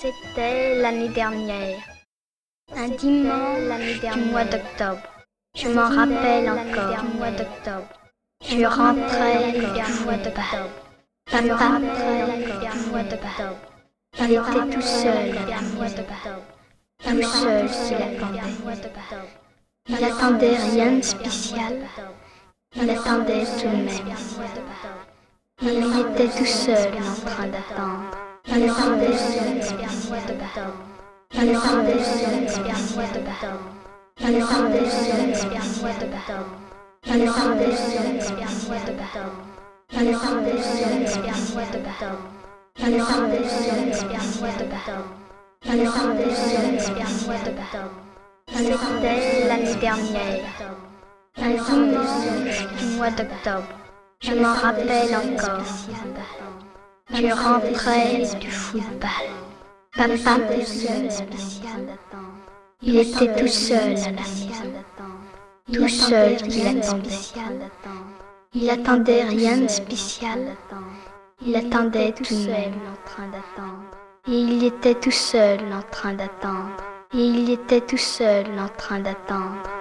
C'était l'année dernière, un dimanche du mois d'octobre. Je m'en rappelle encore du mois d'octobre. Je rentrais du mois d'octobre. Papa rentrait du mois d'octobre. Il était tout seul du mois d'octobre. Tout seul s'il attendait. Il attendait rien de spécial. Il attendait tout de même. Il était tout seul en train d'attendre. Il attendait rien de spécial. Il attendait rien de spécial. Il attendait rien de spécial. Il attendait rien de spécial. Il attendait rien de spécial. Il attendait rien de spécial. Il attendait rien de spécial. C'était l'année dernière, un dimanche du mois d'octobre. Je m'en rappelle encore. Je rentrais du football. Papa était seul spécial. Il était tout seul à la maison. Tout seul il attendait. Il attendait rien de spécial. Il attendait tout de même en train d'attendre. Et il était tout seul en train d'attendre. Et il était tout seul en train d'attendre.